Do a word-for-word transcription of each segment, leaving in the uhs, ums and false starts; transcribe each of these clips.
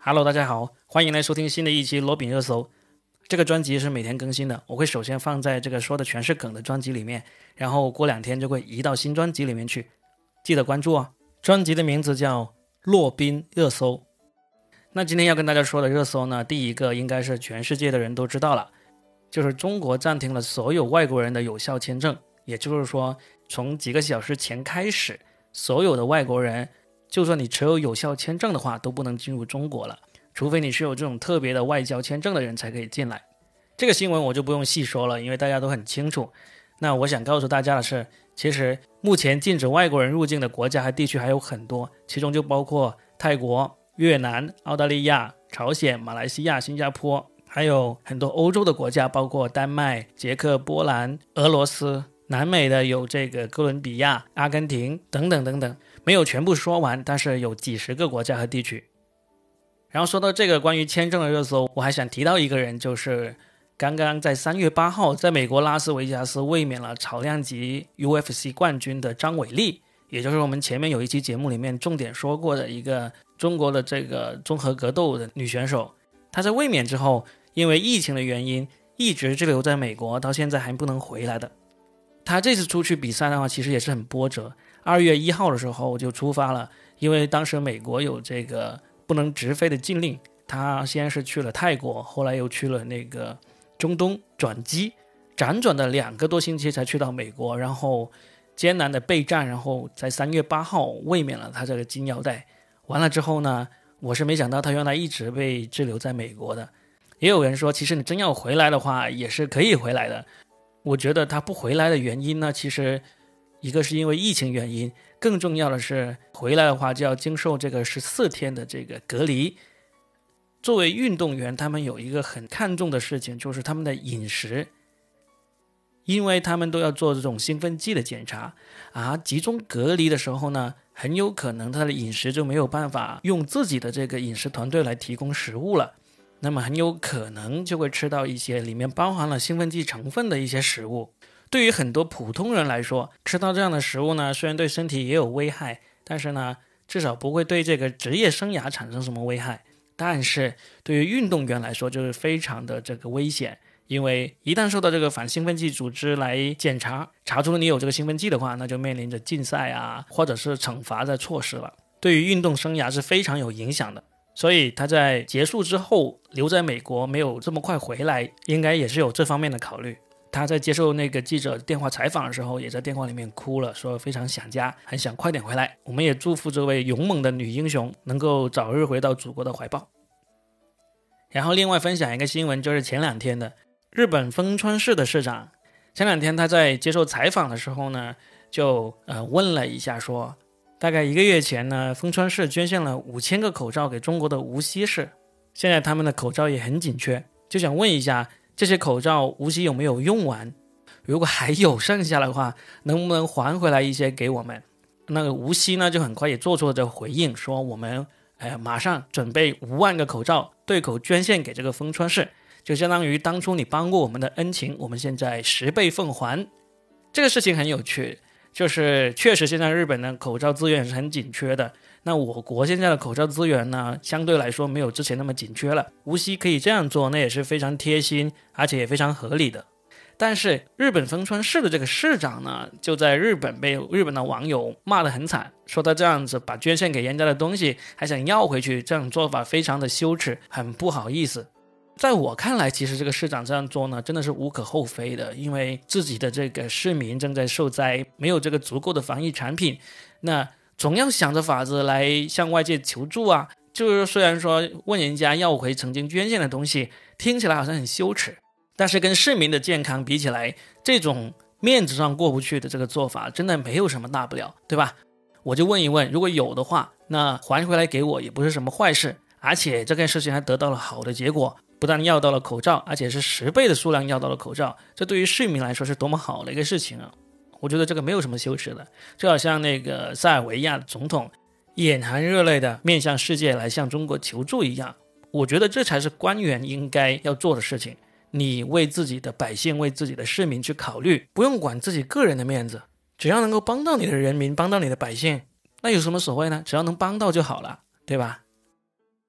Hello，大家好，欢迎来收听新的一期罗宾热搜。这个专辑是每天更新的，我会首先放在这个说的全是梗的专辑里面，然后过两天就会移到新专辑里面去，记得关注哦。专辑的名字叫洛宾热搜。那今天要跟大家说的热搜呢，第一个应该是全世界的人都知道了，就是中国暂停了所有外国人的有效签证，也就是说，从几个小时前开始，所有的外国人，就算你持有有效签证的话，都不能进入中国了，除非你是有这种特别的外交签证的人才可以进来。这个新闻我就不用细说了，因为大家都很清楚。那我想告诉大家的是，其实目前禁止外国人入境的国家和地区还有很多，其中就包括泰国、越南、澳大利亚、朝鲜、马来西亚、新加坡，还有很多欧洲的国家，包括丹麦、捷克、波兰、俄罗斯。南美的有这个哥伦比亚、阿根廷等等等等，没有全部说完，但是有几十个国家和地区。然后说到这个关于签证的热搜，我还想提到一个人，就是刚刚在三月八号在美国拉斯维加斯卫冕了草量级 U F C 冠军的张伟丽，也就是我们前面有一期节目里面重点说过的一个中国的这个综合格斗的女选手。她在卫冕之后，因为疫情的原因一直滞留在美国，到现在还不能回来的。他这次出去比赛的话，其实也是很波折。二月一号的时候就出发了，因为当时美国有这个不能直飞的禁令，他先是去了泰国，后来又去了那个中东转机，辗转的两个多星期才去到美国，然后艰难的备战，然后在三月八号卫冕了他这个金腰带。完了之后呢，我是没想到他原来一直被滞留在美国的。也有人说，其实你真要回来的话，也是可以回来的。我觉得他不回来的原因呢，其实一个是因为疫情原因，更重要的是回来的话就要经受这个十四天的这个隔离。作为运动员，他们有一个很看重的事情，就是他们的饮食，因为他们都要做这种兴奋剂的检查啊。集中隔离的时候呢，很有可能他的饮食就没有办法用自己的这个饮食团队来提供食物了。那么很有可能就会吃到一些里面包含了兴奋剂成分的一些食物。对于很多普通人来说，吃到这样的食物呢，虽然对身体也有危害，但是呢，至少不会对这个职业生涯产生什么危害。但是对于运动员来说，就是非常的这个危险，因为一旦受到这个反兴奋剂组织来检查，查出了你有这个兴奋剂的话，那就面临着禁赛啊，或者是惩罚的措施了。对于运动生涯是非常有影响的。所以他在结束之后留在美国，没有这么快回来，应该也是有这方面的考虑。他在接受那个记者电话采访的时候，也在电话里面哭了，说非常想家，很想快点回来。我们也祝福这位勇猛的女英雄能够早日回到祖国的怀抱。然后另外分享一个新闻，就是前两天的日本丰川市的市长，前两天他在接受采访的时候呢，就呃问了一下说，大概一个月前呢，丰川市捐献了五千个口罩给中国的无锡市，现在他们的口罩也很紧缺，就想问一下，这些口罩无锡有没有用完？如果还有剩下的话，能不能还回来一些给我们？那个无锡呢，就很快也做出了这个回应，说我们呃马上准备五万个口罩对口捐献给这个丰川市，就相当于当初你帮过我们的恩情，我们现在十倍奉还。这个事情很有趣。就是确实现在日本的口罩资源是很紧缺的，那我国现在的口罩资源呢，相对来说没有之前那么紧缺了，无锡可以这样做，那也是非常贴心，而且也非常合理的。但是日本丰川市的这个市长呢，就在日本被日本的网友骂得很惨，说他这样子把捐献给人家的东西还想要回去，这种做法非常的羞耻，很不好意思。在我看来，其实这个市长这样做呢，真的是无可厚非的，因为自己的这个市民正在受灾，没有这个足够的防疫产品，那总要想着法子来向外界求助啊。就是虽然说问人家要回曾经捐献的东西，听起来好像很羞耻，但是跟市民的健康比起来，这种面子上过不去的这个做法，真的没有什么大不了，对吧？我就问一问，如果有的话，那还回来给我也不是什么坏事，而且这件事情还得到了好的结果。不但要到了口罩，而且是十倍的数量要到了口罩，这对于市民来说是多么好的一个事情啊！我觉得这个没有什么羞耻的，就好像那个塞尔维亚总统眼含热泪的面向世界来向中国求助一样，我觉得这才是官员应该要做的事情。你为自己的百姓，为自己的市民去考虑，不用管自己个人的面子，只要能够帮到你的人民，帮到你的百姓，那有什么所谓呢？只要能帮到就好了，对吧？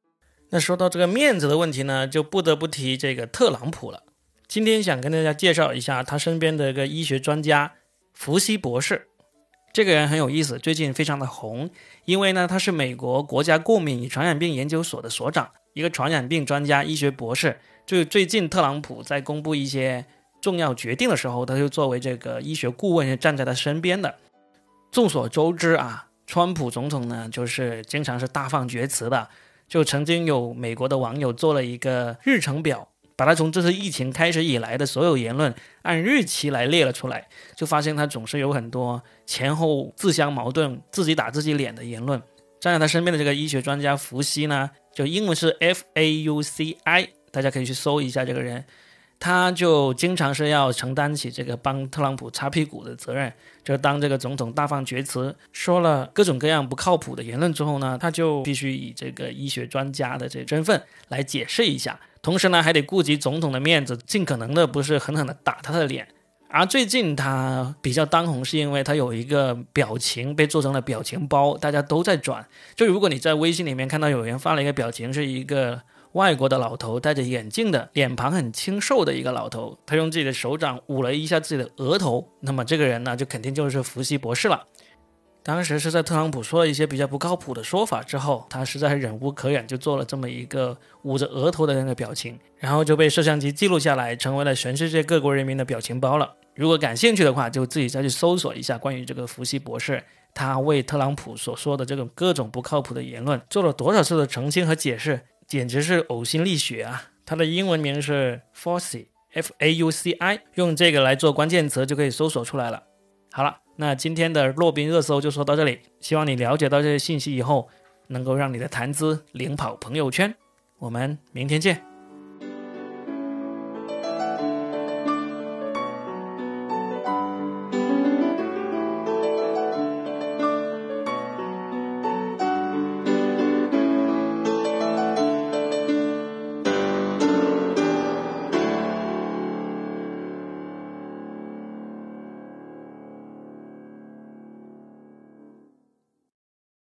那说到这个面子的问题呢，就不得不提这个特朗普了。今天想跟大家介绍一下他身边的一个医学专家福西博士。这个人很有意思，最近非常的红，因为呢他是美国国家过敏与传染病研究所的所长，一个传染病专家医学博士。就最近特朗普在公布一些重要决定的时候，他就作为这个医学顾问站在他身边的。众所周知啊，川普总统呢就是经常是大放厥词的，就曾经有美国的网友做了一个日程表，把他从这次疫情开始以来的所有言论按日期来列了出来，就发现他总是有很多前后自相矛盾、自己打自己脸的言论。站在他身边的这个医学专家福西呢，就英文是 F A U C I， 大家可以去搜一下这个人。他就经常是要承担起这个帮特朗普擦屁股的责任，就当这个总统大放厥词，说了各种各样不靠谱的言论之后呢，他就必须以这个医学专家的这个身份来解释一下，同时呢还得顾及总统的面子，尽可能的不是狠狠的打他的脸。而最近他比较当红，是因为他有一个表情被做成了表情包，大家都在转。就如果你在微信里面看到有人发了一个表情，是一个外国的老头，戴着眼镜的，脸庞很清瘦的一个老头，他用自己的手掌捂了一下自己的额头，那么这个人呢就肯定就是福西博士了。当时是在特朗普说了一些比较不靠谱的说法之后，他实在忍无可忍，就做了这么一个捂着额头的那个表情，然后就被摄像机记录下来，成为了全世界各国人民的表情包了。如果感兴趣的话，就自己再去搜索一下关于这个福西博士，他为特朗普所说的这种各种不靠谱的言论做了多少次的澄清和解释，简直是呕心沥血啊！他的英文名是 Fauci F A U C I， 用这个来做关键词就可以搜索出来了。好了，那今天的洛宾热搜就说到这里，希望你了解到这些信息以后，能够让你的谈资领跑朋友圈。我们明天见。